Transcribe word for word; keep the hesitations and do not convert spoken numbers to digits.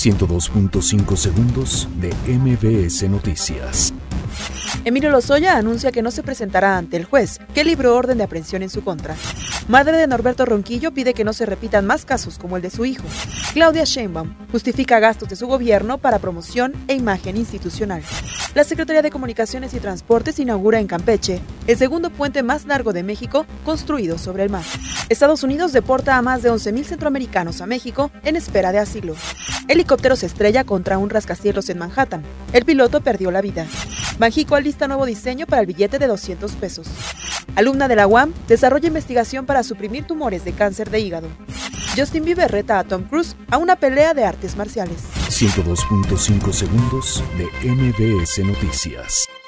ciento dos punto cinco segundos de M B S Noticias. Emilio Lozoya anuncia que no se presentará ante el juez, que libró orden de aprehensión en su contra. Madre de Norberto Ronquillo pide que no se repitan más casos como el de su hijo. Claudia Sheinbaum justifica gastos de su gobierno para promoción e imagen institucional. La Secretaría de Comunicaciones y Transportes inaugura en Campeche el segundo puente más largo de México construido sobre el mar. Estados Unidos deporta a más de once mil centroamericanos a México en espera de asilo. Helicóptero se estrella contra un rascacielos en Manhattan. El piloto perdió la vida. Banxico alista nuevo diseño para el billete de doscientos pesos. Alumna de la U A M desarrolla investigación para suprimir tumores de cáncer de hígado. Justin Bieber reta a Tom Cruise a una pelea de artes marciales. ciento dos punto cinco segundos de M B S Noticias.